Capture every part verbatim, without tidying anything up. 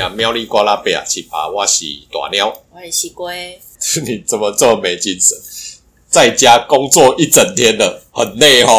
啊，喵哩呱啦贝啊七八，我是大鸟， 我是西龟。 你怎么这么没精神？在家工作一整天了，很累哦。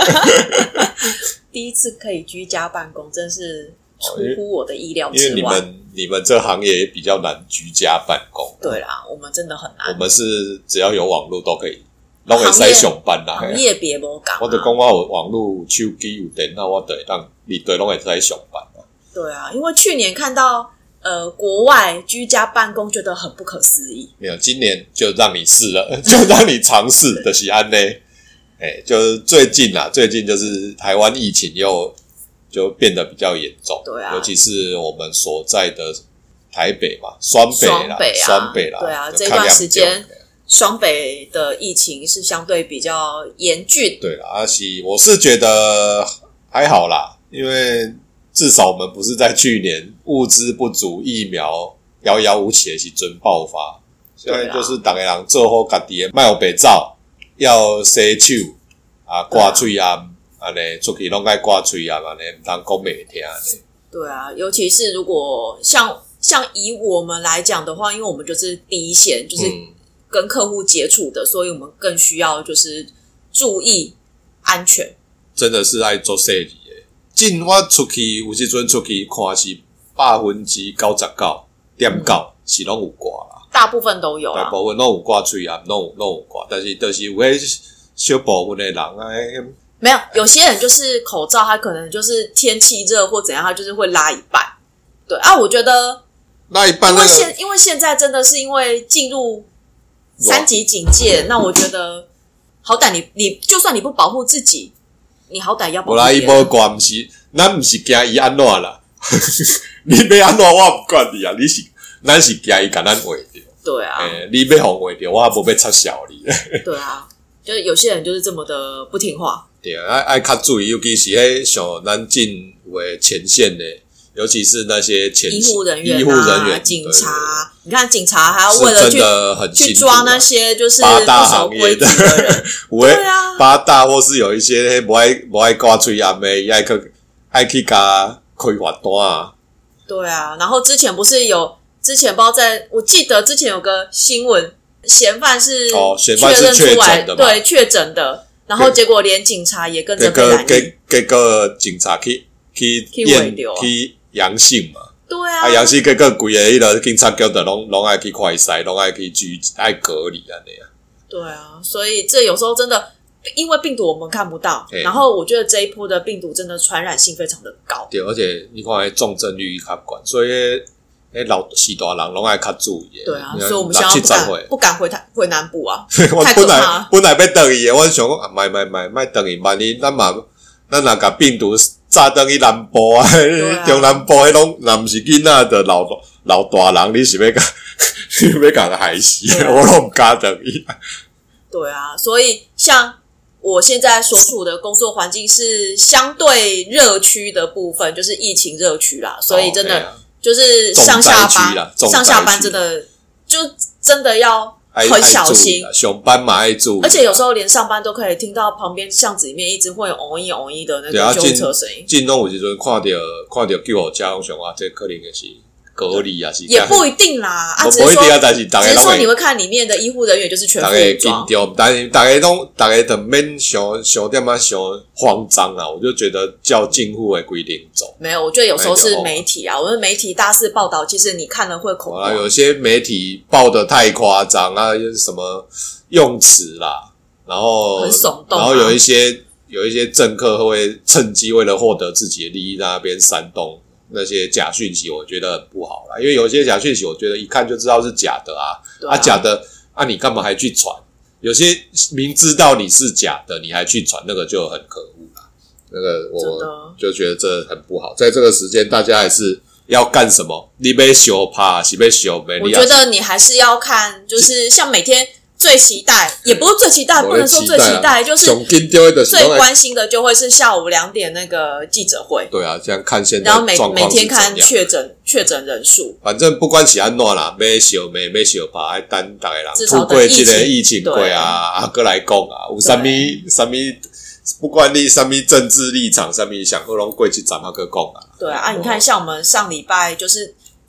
第一次可以居家办公，真是出乎我的意料之外。 因为你们你们这行业也比较难居家办公。 对啦，我们真的很难。 我们是只要有网络都可以，都可以使上班啦。 行业别无讲、啊， 我就讲我有网络、手机有电脑，我就会当你对拢会使上班啦。 对啊，因为去年看到呃国外居家办公，觉得很不可思议。 没有，今年就让你试了，就让你尝试的是安呢。哎，就是最近啊，最近就是台湾疫情又就变得比较严重， 对啊， 尤其是我们所在的台北嘛，双北啦， 双北啊， 双北啦， 对啊，这段时间双北的疫情是相对比较严峻。 对啦，而且我是觉得还好啦，因为至少我们不是在去年物资不足、疫苗遥遥无期的时阵爆发，现在就是大家人做好家己的，莫有白走。要洗手啊，刮嘴啊，安尼出去拢该刮嘴啊，安尼唔通讲袂听呢。 对啊，尤其是如果像像以我们来讲的话，因为我们就是第一线，就是跟客户接触的，嗯、所以我们更需要就是注意安全。 真的是爱做生意的。进我出去有时阵出去看是百分之九十九点九是拢有刮啦。 大部分都有啊， 大部分都有挂嘴啊，都有都有挂，但是就是有些小部分的人哎， 没有，有些人就是口罩，他可能就是天气热或怎样，他就是会拉一半。对啊，我觉得拉一半、那個， 因为现因为现在真的是因为进入三级警戒，那我觉得好歹你你就算你不保护自己，你好歹要保护别人。 无啦，伊无挂，不是，咱不是惊伊安怎啦，你要安怎我不管你啊，你是咱是惊伊甲咱话着。 对啊， 欸、你要防卫着，我也无要插小你。 对啊，就是有些人就是这么的不听话。 对啊，爱爱较注意，尤其是迄像咱进为前线的，尤其是那些前医护人员、啊、 医护人员、 警察。你看，警察还要为了去去抓那些就是八大行业的人，对啊， 八大或是有一些不爱不爱挂嘴暗的，爱去爱去甲开罚单啊。 对啊，然后之前不是有。之前不知道在，我记得之前有个新闻，嫌犯是确认出来， 哦、 对确诊的，然后结果连警察也跟着被染疫， 结果警察去去验去阳性嘛， 对啊， 啊阳性结果规个迄个警察局的拢拢爱去快筛，拢爱去居爱隔离安尼啊。 对啊，所以这有时候真的，因为病毒我们看不到，然后我觉得这一波的病毒真的传染性非常的高， 对，而且你看重症率较高，所以。诶，老时大人拢爱较注意。 对啊，所以我们现在不敢不敢回台回南部啊， 我本来本来要倒去的，我想讲啊，卖卖卖卖倒去，万一咱嘛，咱若甲病毒炸倒去南部啊，中南部迄拢，若毋是囡仔的老老大人，你是要甲你要甲他害死，我拢唔敢倒去。 对啊，所以像我现在所处的工作环境是相对热区的部分，就是疫情热区啦，所以真的。哦就是上下班，上下班真的就真的要很小心。 上班嘛爱注意， 而且有时候连上班都可以听到旁边巷子里面一直会嗡一嗡一的那个救护车声音。 进拢有时阵看到看到救护车，我想啊，这可能就是隔离啊，是也不一定啦。啊，只是说，但是大家只是说你会看里面的医护人员就是全副武装， 但是大家都大家都免想想点嘛想慌张啊，我就觉得照政府的规定走。 没有，我觉得有时候是媒体啊，我们媒体大肆报道，其实你看了会恐慌。 有些媒体报得太夸张啊，什么用词啦，然后很耸动、啊， 然后有一些有一些政客会趁机为了获得自己的利益，在那边煽动。那些假讯息我觉得不好啦，因为有些假讯息我觉得一看就知道是假的啊，啊, 啊假的啊你干嘛还去传？有些明知道你是假的你还去传，那个就很可恶啦。那个我就觉得这很不好。在这个时间大家还是要干什么？你要修怕是要修没？ 我觉得你还是要看，就是像每天最期待，也不是最期待，不能说最期待，就是最关心的就会是下午两点那个记者会。 对啊，这样看现在然后每每天看确诊确诊人数， 反正不管是安怎啦，要小没没小吧，还等大家人出过这个疫情过啊，啊，过来讲啊，有什么什么，不管你什么政治立场，什么想好拢过去站那个讲啊。 对啊，啊你看像我们上礼拜就是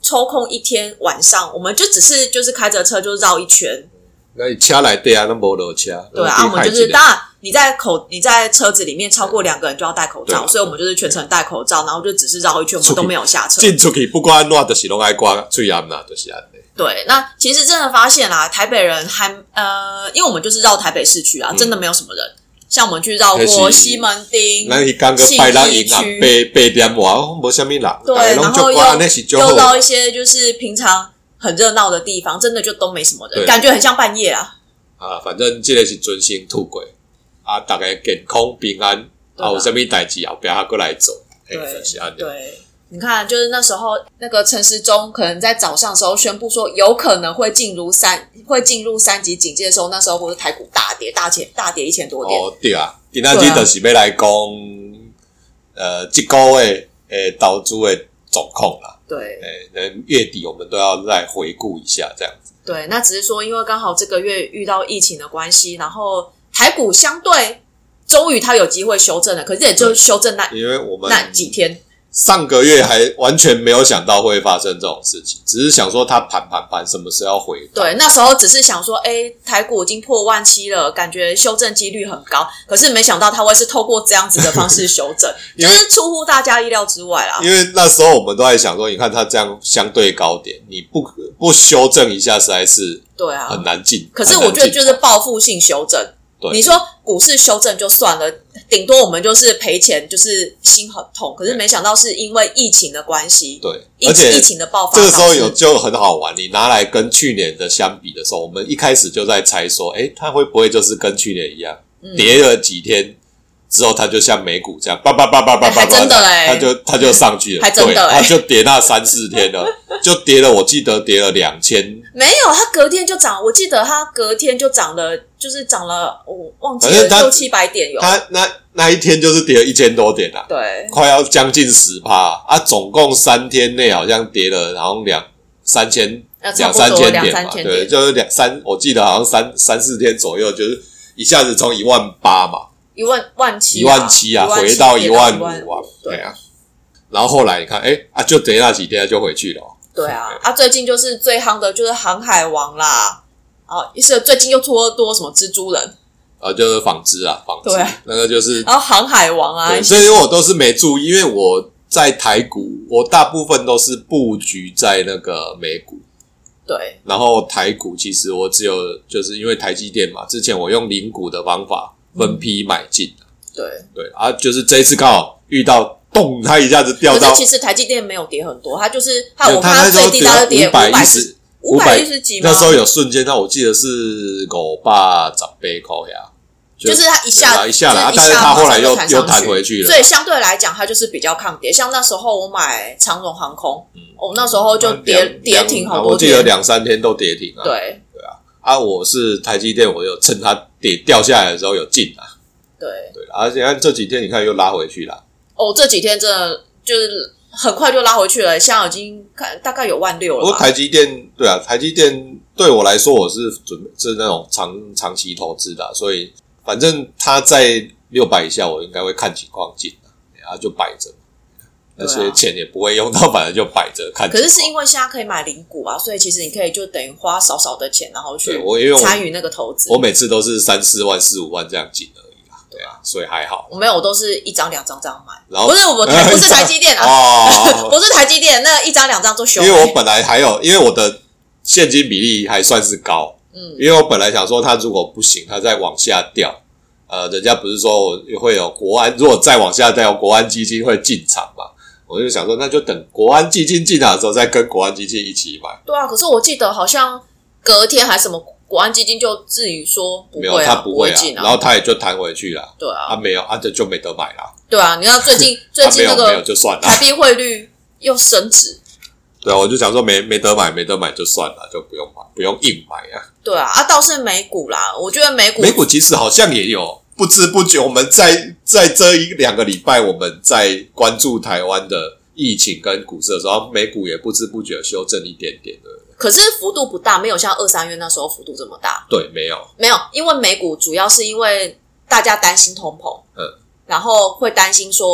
抽空一天晚上，我们就只是就是开着车就绕一圈。 那车内底啊，那没落车。 对啊，我们就是当然你在口你在车子里面超过两个人就要戴口罩，所以我们就是全程戴口罩，然后就只是绕一圈，我们都没有下车。 进出去不管怎就是拢爱挂嘴烟啦，就是安尼。 对，那其实真的发现啦，台北人还呃，因为我们就是绕台北市区啊，嗯、真的没有什么人。像我们去绕过西门町、 那一刚个拜六银行八八点外，没什么人。 对，然后又又到一些就是平常很热闹的地方，真的就都没什么人，感觉很像半夜啦。 啊，反正这个是遵行兔鬼啊，大家健康平安，啊，有什么代志后边还过来走， 对对。你看，就是那时候那个陈时中可能在早上的时候宣布说有可能会进入三会进入三级警戒的时候，那时候不是台股大跌，大跌大跌一千多点。 哦，对啊，今仔日就是要来讲，呃，这个月诶投资的状况啦。 对， 诶，月底我们都要再回顾一下，这样子。 对，那只是说，因为刚好这个月遇到疫情的关系，然后台股相对终于它有机会修正了，可是也就修正那因为我们那几天。 上个月还完全没有想到会发生这种事情，只是想说它盘盘盘什么时候要回档。 对，那时候只是想说，哎，台股已经破万七了，感觉修正几率很高。可是没想到它会是透过这样子的方式修正，就是出乎大家意料之外啦。 因为那时候我们都在想说，你看它这样相对高点，你不不修正一下，实在是对啊很难进。 可是我觉得就是报复性修正。你说股市修正就算了，顶多我们就是赔钱，就是心很痛。可是没想到是因为疫情的关系， 对， 而且疫情的爆发， 这个时候有就很好玩。你拿来跟去年的相比的时候，我们一开始就在猜说，哎，它会不会就是跟去年一样，嗯、跌了几天之后，它就像美股这样，叭叭叭叭叭叭， 真的哎， 它就它就上去了， 还真的哎，它就跌那三四天了，就跌了，我记得跌了两千。 没有，它隔天就涨，我记得它隔天就涨了，就是涨了，我忘记了六七百点有。 它那那一天就是跌了一千多点啦， 对， 快要将近十趴啊！总共三天内好像跌了，好像两三千两三千点嘛，对，就是两三，我记得好像三三四天左右，就是一下子从一万八嘛， 一万万七， 一万七啊，回到一万五啊，对啊。然后后来你看，哎啊，就跌那几天就回去了。 对啊，啊，最近就是最夯的就是航海王啦，啊，是最近又多多什么蜘蛛人， 呃，就是纺织啊，纺织，对，那个就是， 然后航海王啊， 所以我都是没注意，因为我在台股，我大部分都是布局在那个美股， 对， 然后台股其实我只有就是因为台积电嘛，之前我用零股的方法分批买进， 嗯、对对啊，就是这一次刚好遇到。动它一下子掉到， 可是其实台积电没有跌很多，它就是它我看它最低它就跌五百一十五百一十几吗？ 那时候有瞬间，那我记得是五百十八块呀， 就是它一下一下来，但是它后来又又弹回去了， 所以相对来讲它就是比较抗跌。像那时候我买长荣航空，嗯，我、哦、那时候就跌跌停好多天， 我记得两三天都跌停啊。 对对啊，啊，我是台积电，我有趁它跌掉下来的时候有进啊。 对对，而且看这几天你看又拉回去了。 哦，这几天真的就是很快就拉回去了，现在已经看大概有万六了吧。 不过台积电，对啊，台积电对我来说，我是准备是那种长长期投资的、啊，所以反正它在六百以下，我应该会看情况进的，然后就摆着，那些钱也不会用到，反正就摆着看。 可是是因为现在可以买零股啊，所以其实你可以就等于花少少的钱，然后去参与那个投资。 我每次都是三四万、四五万这样进的。对啊，所以还好。 我没有，我都是一张两张这样买。然后不是我台，不是台积电啊，哦、不是台积电，那一张两张做修。 因为我本来还有，因为我的现金比例还算是高，嗯，因为我本来想说，它如果不行，它再往下掉，呃，人家不是说我会有国安，如果再往下掉，国安基金会进场嘛？我就想说，那就等国安基金进场的时候，再跟国安基金一起买。 对啊，可是我记得好像隔天还什么。国安基金就至于说不会、啊、 没有，他不会啊， 啊， 然后他也就弹回去了。 对啊， 他、啊、没有，他、啊、就就没得买了。 对啊，你看最近最近那个没有就算了， 台币汇率又升值。 对啊，我就想说没没得买，没得买就算了，就不用买，不用硬买啊。 对啊，啊倒是美股啦，我觉得美股美股其实好像也有不知不觉，我们在在这一两个礼拜，我们在关注台湾的疫情跟股市的时候，美股也不知不觉修正一点点的。 可是幅度不大，没有像二三月那时候幅度这么大。 对，没有， 没有，因为美股主要是因为大家担心通膨，嗯，然后会担心说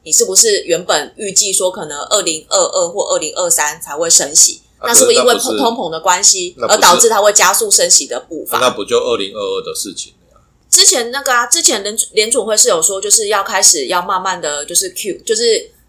你是不是原本预计说可能二零二二或二零二三才会升息？那是不是因为通膨的关系而导致它会加速升息的步伐？ 那不就二零二二的事情了呀？ 之前那个啊，之前联联储会是有说，就是要开始要慢慢的就是 Q， 就是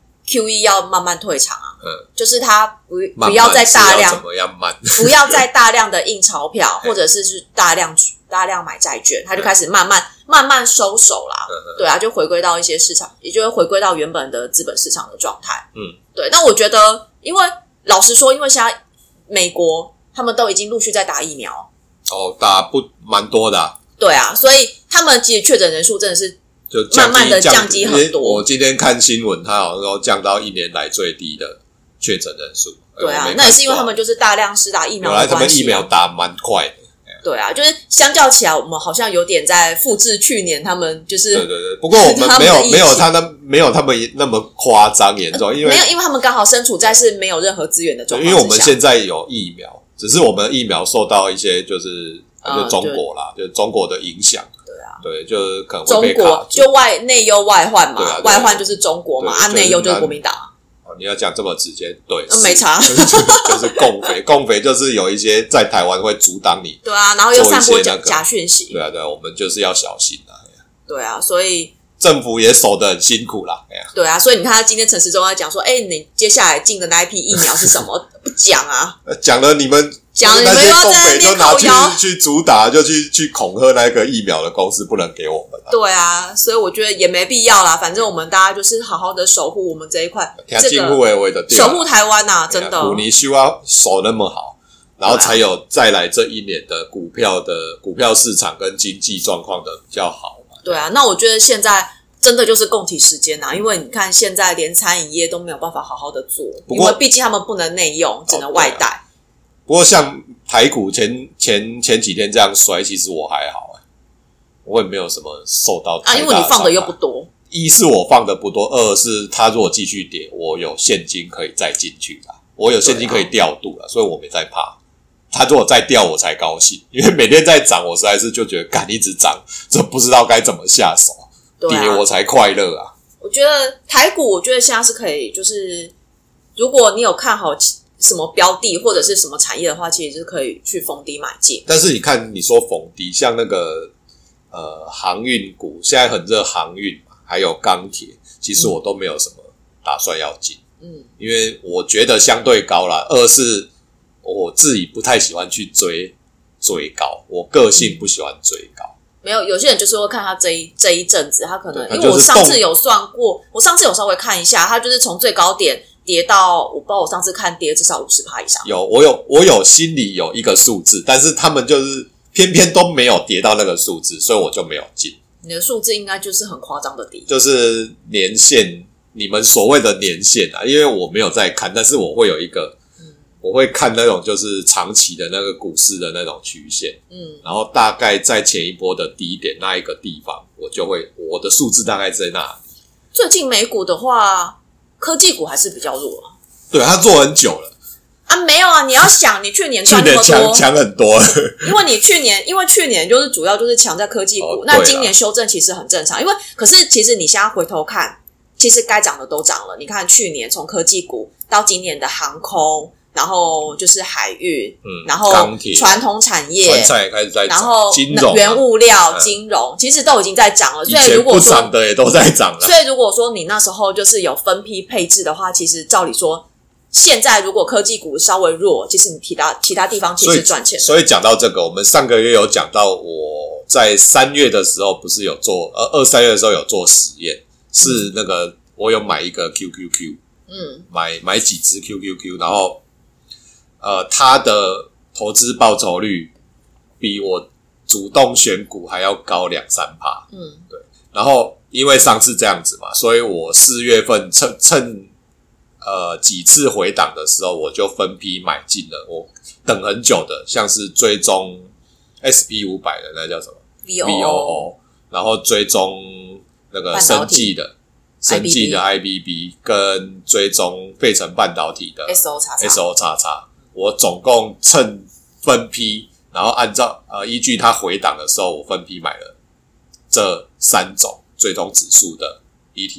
Q E 要慢慢退场啊，嗯，就是它不不要再大量怎么样慢， 不要再大量的印钞票，或者是是大量大量买债券，它就开始慢慢慢慢收手啦，对啊，就回归到一些市场，也就会回归到原本的资本市场的状态，嗯，对。那我觉得，因为老实说，因为现在美国他们都已经陆续在打疫苗， 哦，打不蛮多的、啊， 对啊，所以他们其实确诊人数真的是就慢慢的降低很多。 我今天看新闻，它好像说降到一年来最低的确诊人数。 对啊，那也是因为他们就是大量施打疫苗的关系、啊。 原来他们疫苗打蛮快的。 对啊，就是相较起来，我们好像有点在复制去年他们就是对对对。不过我们没有没有他那没有他们那么夸张严重，因为没有，因为他们刚好身处在是没有任何资源的状况之下。 因为我们现在有疫苗，只是我们疫苗受到一些就是就中国啦，就中国的影响。 对啊， 对，就是可能会被中国就外内忧外患嘛， 啊、 外患就是中国嘛，啊内忧就是国民党。 你要讲这么直接，对， 嗯、没差， 就是共匪，共匪就是有一些在台湾会阻挡你， 对啊，然后又散播假假讯息， 对啊，对啊，我们就是要小心啊， 对啊，所以政府也守得很辛苦啦， 对啊，所以你看他今天陈时中在讲说，哎，你接下来进的那一批疫苗是什么？不讲啊， 讲了你们。 讲那些共匪就拿去去主打，就去去恐吓那个疫苗的公司，不能给我们、啊。 对啊，所以我觉得也没必要啦。反正我们大家就是好好的守护我们这一块， 这个守护台湾呐、啊，真的。 股你需要守那么好，然后才有再来这一年的股票的股票市场跟经济状况的比较好嘛。 对啊，那我觉得现在真的就是共体时间啊，因为你看现在连餐饮业都没有办法好好的做，因为毕竟他们不能内用，只能外带。 不过像台股前前前几天这样摔，其实我还好、欸、我也没有什么受到太大的伤害啊， 因为你放的又不多。 一是我放的不多，二是它如果继续跌，我有现金可以再进去啦，我有现金可以调度啦，所以我没在怕。它如果再掉，我才高兴，因为每天在涨，我实在是就觉得干一直涨，这不知道该怎么下手，跌、啊、我才快乐啊。 我觉得台股，我觉得现在是可以，就是如果你有看好什么标的或者是什么产业的话，其实是可以去逢低买进。 但是你看，你说逢低，像那个呃航运股，现在很热，航运嘛，还有钢铁，其实我都没有什么打算要进。嗯，因为我觉得相对高啦。二是我自己不太喜欢去追追高，我个性不喜欢追高。 没有，有些人就是会看他这一这一阵子，他可能因为我上次有算过，我上次有稍微看一下，他就是从最高点跌到，我不知道我上次看跌至少 百分之五十 以上。 有，我有，我有心里有一个数字，但是他们就是偏偏都没有跌到那个数字，所以我就没有进。 你的数字应该就是很夸张的低， 就是年线，你们所谓的年线啊，因为我没有在看，但是我会有一个，嗯、我会看那种就是长期的那个股市的那种曲线，嗯，然后大概在前一波的低点那一个地方，我就会我的数字大概在那里。 最近美股的话。科技股还是比较弱、啊， 对，它做很久了啊，没有啊，你要想，你去年赚那么多， 去年强强很多了， 因为你去年，因为去年就是主要就是强在科技股，哦、那今年修正其实很正常，因为可是其实你现在回头看，其实该涨的都涨了，你看去年从科技股到今年的航空。然后就是海运，嗯，然后传统产业， 传产也开始在涨， 然后金融、啊、 原物料、嗯、金融，其实都已经在涨了。所以如果说以前不涨的也都在涨了。 所以如果说你那时候就是有分批配置的话，其实照理说，现在如果科技股稍微弱，其实你其他其他地方其实是赚钱的。 所以讲到这个，我们上个月有讲到，我在三月的时候不是有做，呃，二三月的时候有做实验，是那个我有买一个 Q Q Q， 嗯，买买几只 Q Q Q， 然后。呃，它的投资报酬率比我主动选股还要高两三趴，嗯，对。然后因为上次这样子嘛，所以我四月份趁趁呃几次回档的时候，我就分批买进了。我等很久的，像是追踪 S P 五百 的那叫什么 V O O， 然后追踪那个生技的。生技的 I B B 跟追踪费城半导体的 S O X X S O X X， 我总共趁分批，然后按照呃依据它回档的时候，我分批买了这三种追踪指数的 E T F，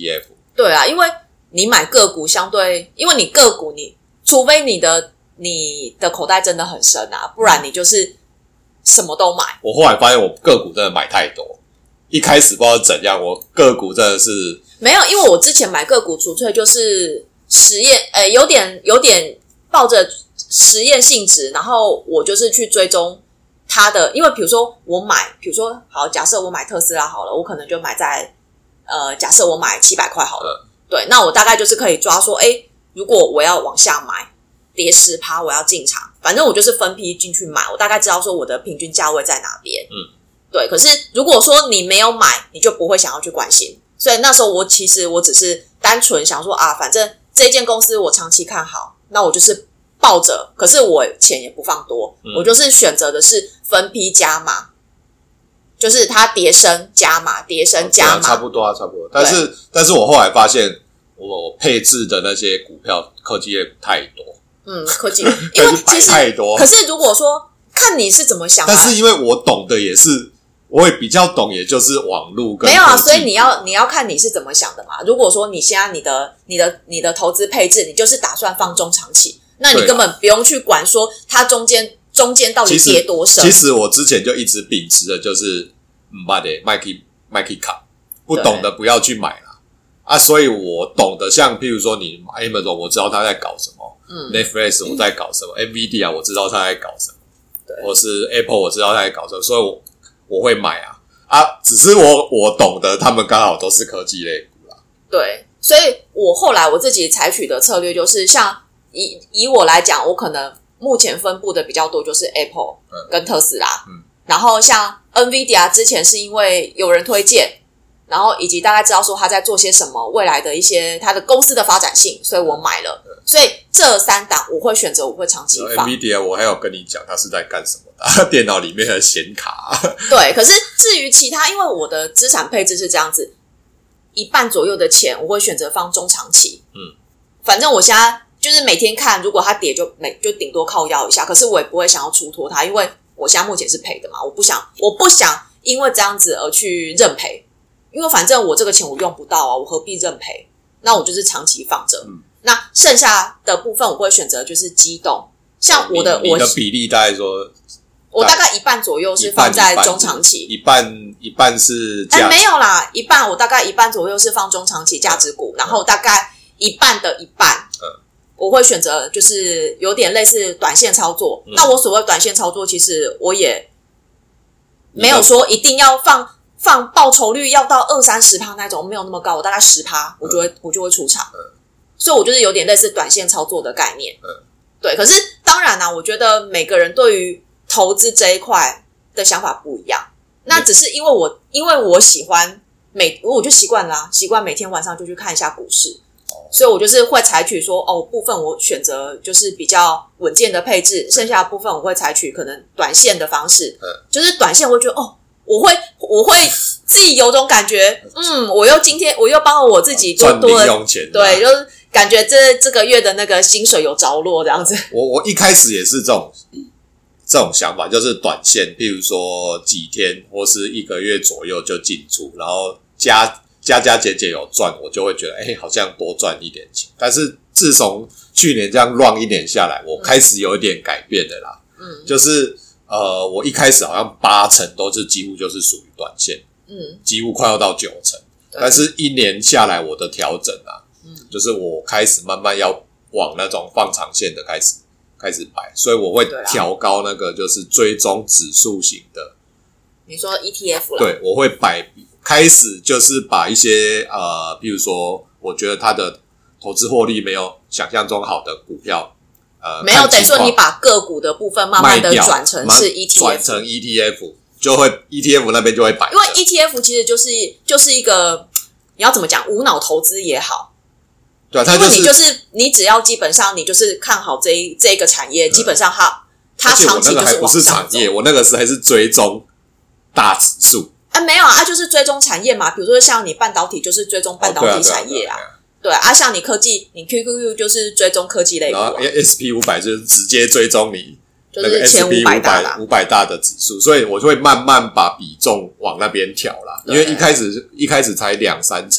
对啊，因为你买个股相对，因为你个股你除非你的你的口袋真的很深啊，不然你就是什么都买。 我后来发现我个股真的买太多，一开始不知道怎样，我个股真的是没有，因为我之前买个股纯粹就是实验，诶，有点有点抱着实验性质，然后我就是去追踪它的，因为比如说我买，比如说好，假设我买特斯拉好了，我可能就买在呃，假设我买七百块好了，对，那我大概就是可以抓说，诶，如果我要往下买。跌 百分之十 我要进场，反正我就是分批进去买，我大概知道说我的平均价位在哪边。 嗯， 对。可是如果说你没有买，你就不会想要去关心。所以那时候我其实我只是单纯想说啊，反正这间公司我长期看好，那我就是抱着，可是我钱也不放多，嗯、我就是选择的是分批加码，就是它跌升加码，跌升加码、 哦啊，差不多啊，差不多。但是但是我后来发现，我配置的那些股票科技业太多。 嗯，科技，因为其实太多。 可是如果说看你是怎么想的， 但是因为我懂的也是，我也比较懂，也就是网络跟没有啊，所以你要你要看你是怎么想的嘛。如果说你现在你的你的你的投资配置，你就是打算放中长期，那你根本不用去管说它中间中间到底跌多深。 其实我之前就一直秉持的就是唔捌的卖去卖去卡，不懂的不要去买啦啊。所以我懂得，像譬如说你 Amazon， 我知道他在搞什么。嗯、Netflix 我在搞什么、嗯、Nvidia 我知道他在搞什么，对，或是 Apple 我知道他在搞什么，所以我我会买啊啊，只是我我懂得他们刚好都是科技类股啦。 对，所以我后来我自己采取的策略就是，像以以我来讲，我可能目前分布的比较多就是 Apple 跟特斯拉，嗯，然后像 Nvidia 之前是因为有人推荐。然后以及大概知道说他在做些什么，未来的一些他的公司的发展性，所以我买了。所以这三档我会选择，我会长期放。 Nvidia 我还有跟你讲，他是在干什么的？电脑里面的显卡。 对，可是至于其他，因为我的资产配置是这样子，一半左右的钱我会选择放中长期。嗯，反正我现在就是每天看，如果它跌就每就顶多靠腰一下，可是我也不会想要出脱它，因为我现在目前是赔的嘛，我不想我不想因为这样子而去认赔。因为反正我这个钱我用不到啊，我何必认赔？那我就是长期放着。嗯、那剩下的部分我会选择就是机动，像我的你我的比例大概说， 我大概一半左右是放在中长期， 一半一半是价值， 哎没有啦，一半我大概一半左右是放中长期价值股，嗯、然后大概一半的一半，嗯、我会选择就是有点类似短线操作。嗯、那我所谓短线操作，其实我也没有说一定要放。放报酬率要到二三十趴那种，没有那么高，我大概十趴，我就会、嗯、我就会出场。嗯、所以我就是有点类似短线操作的概念。嗯、对，可是当然啦、啊，我觉得每个人对于投资这一块的想法不一样。那只是因为我因为我喜欢每我就习惯啦，习惯每天晚上就去看一下股市，哦、所以我就是会采取说哦，部分我选择就是比较稳健的配置，剩下的部分我会采取可能短线的方式。嗯、就是短线我会觉得哦。我会，我会自己有种感觉，嗯，我又今天我又帮我自己多多的用钱， 对，就是感觉这这个月的那个薪水有着落这样子。 我我一开始也是这种这种想法，就是短线，譬如说几天或是一个月左右就进出，然后加加加减减有赚，我就会觉得哎、欸，好像多赚一点钱。但是自从去年这样乱一年下来，我开始有一点改变的啦，嗯，就是。呃，我一开始好像八成都是几乎就是属于短线，嗯，几乎快要到九成，但是一年下来我的调整啊，嗯，就是我开始慢慢要往那种放长线的开始开始摆，所以我会调高那个就是追踪指数型的， 你说 E T F 啦， 对，我会摆开始就是把一些呃，比如说我觉得它的投资获利没有想象中好的股票。呃， 没有，等于说你把个股的部分慢慢的转成是 E T F， 转成 E T F 就会 E T F 那边就会摆， 因为 E T F 其实就是就是一个你要怎么讲无脑投资也好， 对啊，它就是、 因为你就是你只要基本上你就是看好这一这一个产业，嗯、基本上它它长期就是往上走。而且我那个还不是产业， 我那个是还是追踪大指数。 啊，没有啊，就是追踪产业嘛，比如说像你半导体就是追踪半导体产业啊。哦对啊，像你科技，你 Q Q Q 就是追踪科技类股、啊， 然后 S P 五百 就是直接追踪你那个 S P 五百 大五百大的指数，所以我就会慢慢把比重往那边调啦。因为一开始一开始才两三成，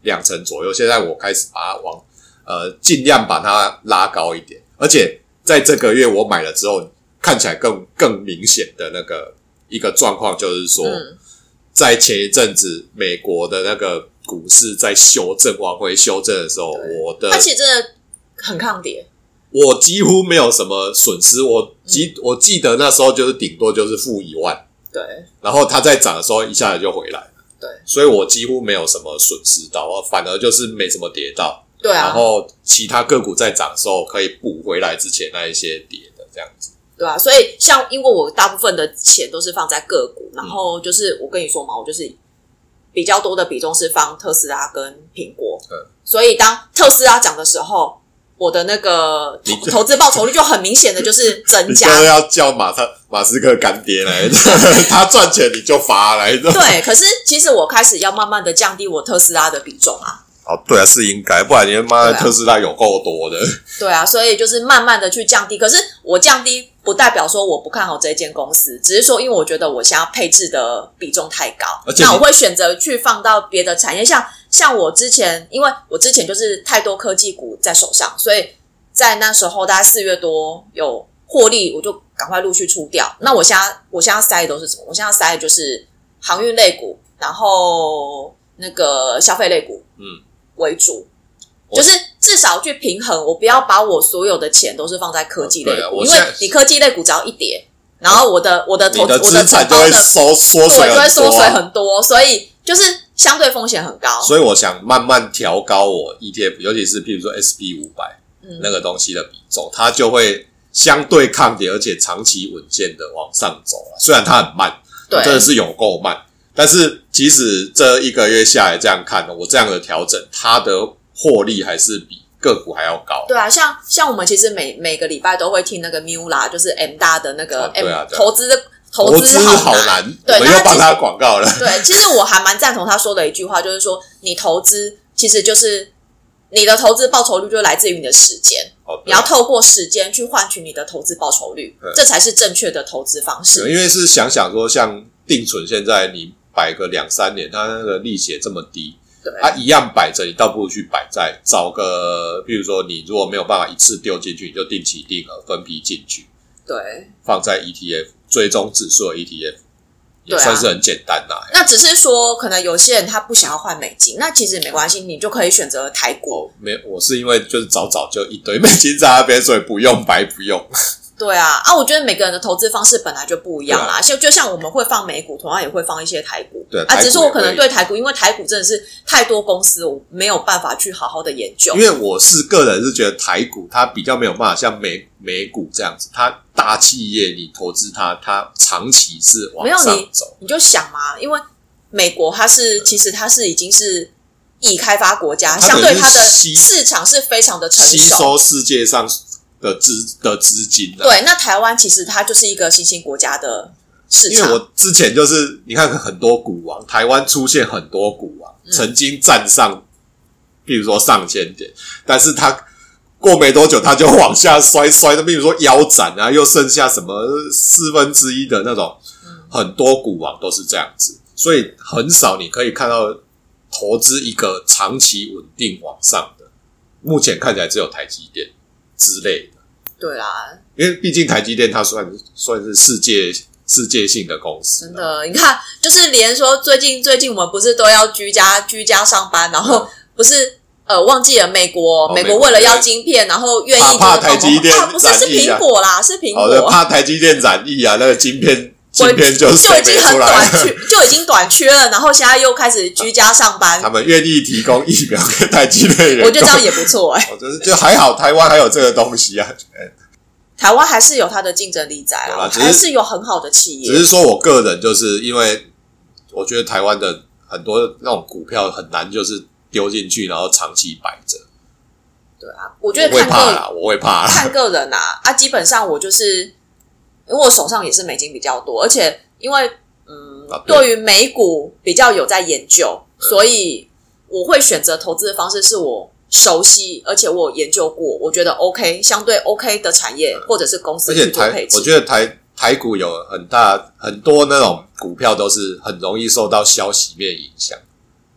两成左右，现在我开始把它往呃尽量把它拉高一点，而且在这个月我买了之后，看起来更更明显的那个一个状况就是说，嗯、在前一阵子美国的那个股市在修正往回修正的时候，我的它其实真的很抗跌。 我几乎没有什么损失，我记、嗯、我记得那时候就是顶多就是负一万， 对， 然后它在涨的时候一下子就回来了， 对， 所以我几乎没有什么损失到，反而就是没什么跌到， 对啊， 然后其他个股在涨的时候可以补回来之前那一些跌的这样子， 对啊，所以像因为我大部分的钱都是放在个股，然后就是我跟你说嘛，我就是比较多的比重是放特斯拉跟苹果，嗯，所以当特斯拉涨的时候。我的那个投资报酬率就很明显的就是增加， 你就是要叫马特马斯克干爹来，他赚钱你就罚来。 对，可是其实我开始要慢慢的降低我特斯拉的比重啊。 哦，对啊，是应该，不然你妈的特斯拉有够多的。 对啊，所以就是慢慢的去降低。可是我降低不代表说我不看好这间公司，只是说因为我觉得我现在配置的比重太高，那我会选择去放到别的产业，像像我之前，因为我之前就是太多科技股在手上，所以在那时候大概四月多有获利，我就赶快陆续出掉。那我现在我现在塞的都是什么？我现在塞的就是航运类股，然后那个消费类股，嗯。为主，就是至少去平衡，我不要把我所有的钱都是放在科技类股，啊、因为你科技类股只要一跌，然后我的我的投资我的资产就会缩缩水很多、啊， 对，就会缩水很多，所以就是相对风险很高。 所以我想慢慢调高我 E T F， 尤其是譬如说 S P 五百、嗯、那个东西的比重，它就会相对抗跌，而且长期稳健的往上走了。虽然它很慢，对，真的是有够慢。但是即使这一个月下来这样看，我这样的调整，它的获利还是比个股还要高。 对啊，像像我们其实每每个礼拜都会听那个 Mula， 就是 M 大的那个 M、哦啊啊、投资投资好难，对，我们又帮他广告了。 对，其实我还蛮赞同他说的一句话，就是说你投资其实就是你的投资报酬率就来自于你的时间，哦、你要透过时间去换取你的投资报酬率，这才是正确的投资方式。 因为是想想说，像定存现在你摆个两三年，它那个利息这么低，对，它、啊、一样摆着，你倒不如去摆在找个，比如说你如果没有办法一次丢进去，你就定期定额分批进去， 对， 放在 E T F 追踪指数的 E T F， 也算是很简单啦、啊。 那只是说，可能有些人他不想要换美金，那其实没关系，你就可以选择台股。 哦、没，我是因为就是早早就一堆美金在那边，所以不用白不用。 对啊，啊，我觉得每个人的投资方式本来就不一样啦，就、啊、就像我们会放美股，同样也会放一些台股。 对啊，只是我可能对台股，因为台股真的是太多公司，我没有办法去好好的研究。 因为我是个人是觉得台股它比较没有办法像美美股这样子，它大企业你投资它，它长期是往上走。 你, 你就想嘛，因为美国它是其实它是已经是已开发国家，相对它的市场是非常的成熟， 吸收世界上的资的资金、啊、 对，那台湾其实它就是一个新兴国家的市场。 因为我之前就是你看很多股王，台湾出现很多股王、嗯、曾经站上比如说上千点，但是它过没多久它就往下摔摔的，比如说腰斩啊，又剩下什么四分之一的那种、嗯、很多股王都是这样子，所以很少你可以看到投资一个长期稳定往上的，目前看起来只有台积电之类的。 对啦， 因为毕竟台积电它算算是世界世界性的公司。 真的，你看，就是连说最近最近我们不是都要居家居家上班，然后不是呃忘记了美国、哦、美国为了要晶片，然后愿意怕台积电、 啊、不是是苹果啦，是苹果， 好的，怕台积电染疫啊，那个晶片。晶片就就已经很短缺，就已经短缺了，然后现在又开始居家上班。 他们愿意提供疫苗给台积电人， 我觉得这样也不错哎、欸。 就是就还好，台湾还有这个东西啊。 台湾还是有它的竞争力在啊，还是有很好的企业。 只是说我个人就是因为我觉得台湾的很多那种股票很难，就是丢进去然后长期摆着。 对啊，我觉得看个我会怕啦，我会怕啦， 看个人啊啊，基本上我就是。因为我手上也是美金比较多，而且因为嗯，啊、对, 对于美股比较有在研究，所以我会选择投资的方式是我熟悉，而且我有研究过，我觉得 OK， 相对 OK 的产业或者是公司去做配置。 我觉得台台股有很大很多那种股票都是很容易受到消息面影响。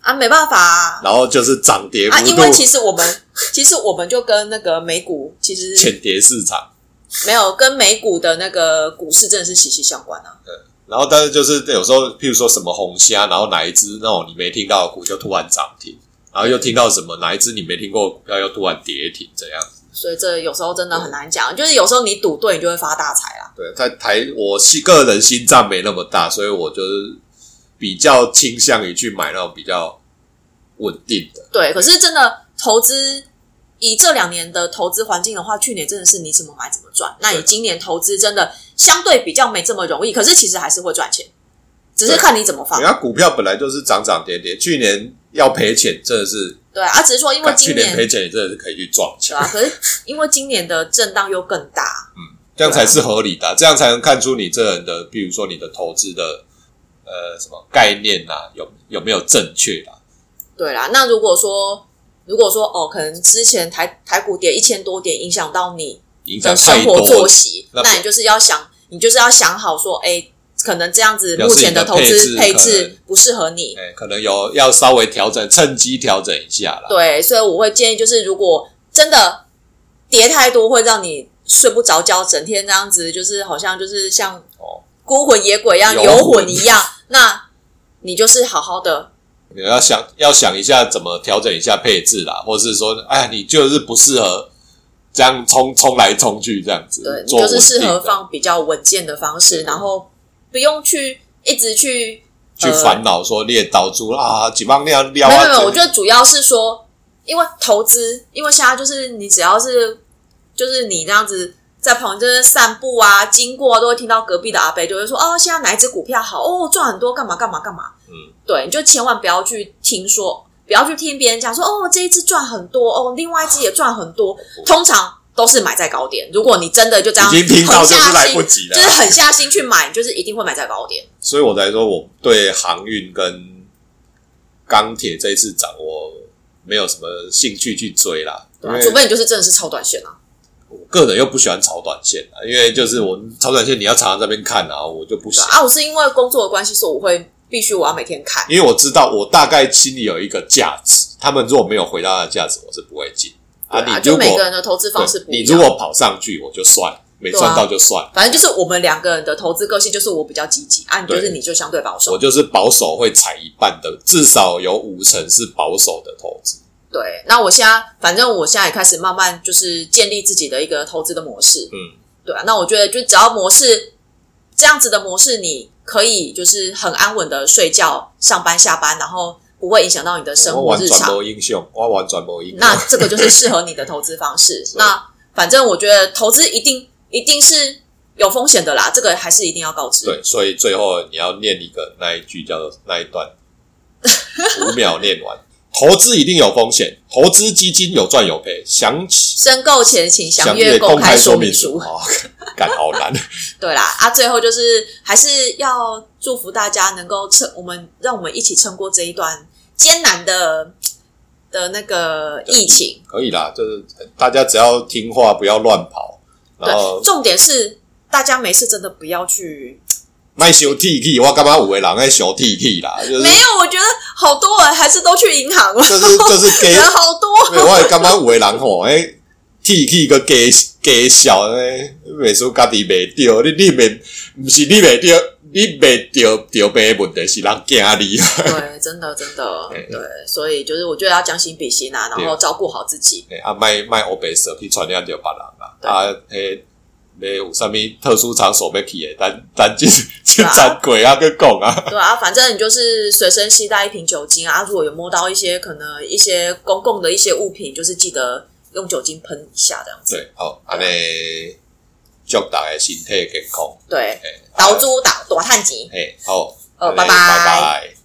啊，没办法啊。 然后就是涨跌幅度啊， 因为其实我们其实我们就跟那个美股其实浅碟市场没有跟美股的那个股市真的是息息相关啊。 对，然后但是就是有时候，譬如说什么红虾，然后哪一只那种你没听到的股就突然涨停，然后又听到什么哪一只你没听过的股票又突然跌停，这样子。 所以这有时候真的很难讲，就是有时候你赌对，你就会发大财啦。 对，在台我个人心脏没那么大，所以我就是比较倾向于去买那种比较稳定的。 对，可是真的投资以这两年的投资环境的话，去年真的是你怎么买怎么赚。那你今年投资真的相对比较没这么容易，可是其实还是会赚钱，只是看你怎么放。 人家股票本来就是涨涨跌跌，去年要赔钱真的是。 对啊，只是说因为今年去年赔钱，你真的是可以去撞钱。 对啊，可是因为今年的震荡又更大， 嗯，这样才是合理的、啊，这样才能看出你这人的，比如说你的投资的呃什么概念啊，有有没有正确啦、啊？ 对啦，那如果说如果说哦，可能之前台台股跌一千多点，影响到你的生活作息，那, 那你就是要想，你就是要想好说，哎。可能这样子，目前的投资配置不适合你， 欸、可能有要稍微调整，趁机调整一下啦。 对，所以我会建议，就是如果真的跌太多，会让你睡不着觉，整天这样子，就是好像就是像孤魂野鬼一样、游魂一样，那你就是好好的， 你要想要想一下怎么调整一下配置啦，或是说，哎，你就是不适合。这样冲冲来冲去，这样子， 对，你就是适合放比较稳健的方式，然后不用去一直去去烦恼说你也导出啊，几万那样撩啊。 没有没有，我觉得主要是说，因为投资，因为现在就是你只要是就是你这样子在旁边就是散步啊，经过、啊、都会听到隔壁的阿伯就会说哦，现在哪一只股票好哦，赚很多，干嘛干嘛干嘛。嗯，对，你就千万不要去听说。不要去听别人讲说哦，这一只赚很多哦，另外一只也赚很多，通常都是买在高点。如果你真的就这样已经听到就是来不及了， 就是狠下心去买，就是一定会买在高点。 所以我才说我对航运跟钢铁这一次涨，我没有什么兴趣去追啦。 对啊，除非你就是真的是超短线啊。 我个人又不喜欢炒短线啊，因为就是我炒短线你要常常在那边看啊，我就不喜欢啊。我是因为工作的关系，所以我会。必须我要每天看， 因为我知道我大概心里有一个价值，他们如果没有回到它的价值，我是不会进啊。你就每个人的投资方式不一样， 你如果跑上去，我就算没赚到就算、啊， 反正就是我们两个人的投资个性，就是我比较积极啊，你就是你就相对保守， 我就是保守会踩一半的，至少有五成是保守的投资。 对，那我现在反正我现在也开始慢慢就是建立自己的一个投资的模式，嗯，对啊，那我觉得就只要模式这样子的模式，你。可以就是很安稳的睡觉、上班、下班，然后不会影响到你的生活日常。 我完全没影响，我完全没影响。 那这个就是适合你的投资方式。那反正我觉得投资一定一定是有风险的啦，这个还是一定要告知。 对，所以最后你要念一个那一句叫做那一段，五秒念完。投资一定有风险，投资基金有赚有赔。详申购前请详阅公开说明书。 哦，干好难。 对啦，啊，最后就是还是要祝福大家能够撑，我们让我们一起撑过这一段艰难的的那个疫情。 可以啦，就是大家只要听话，不要乱跑。然后对，重点是大家没事真的不要去。 卖小 T K， 我干嘛有的人在小 T K 啦？就是、 没有，我觉得好多人还是都去银行了。 就是就是给人好多。 我干嘛有的人吼，哎 ，T K 个加加小呢，每次家己卖掉，你你卖不是你卖掉，你卖掉掉赔问题是人惊你。 对，真的真的对，所以就是我觉得要将心比心啊，然后照顾好自己。 啊，卖卖黑白色去传染掉别人啦。啊，诶。没有什么特殊场所要去的，但但进进站鬼啊，跟讲啊， 对啊，反正你就是随身携带一瓶酒精啊，如果有摸到一些可能一些公共的一些物品，就是记得用酒精喷一下这样子。 对，好，安尼祝大家身体健康。 对，投资大大趁钱。 嘿，好， 呃，拜拜。 拜拜。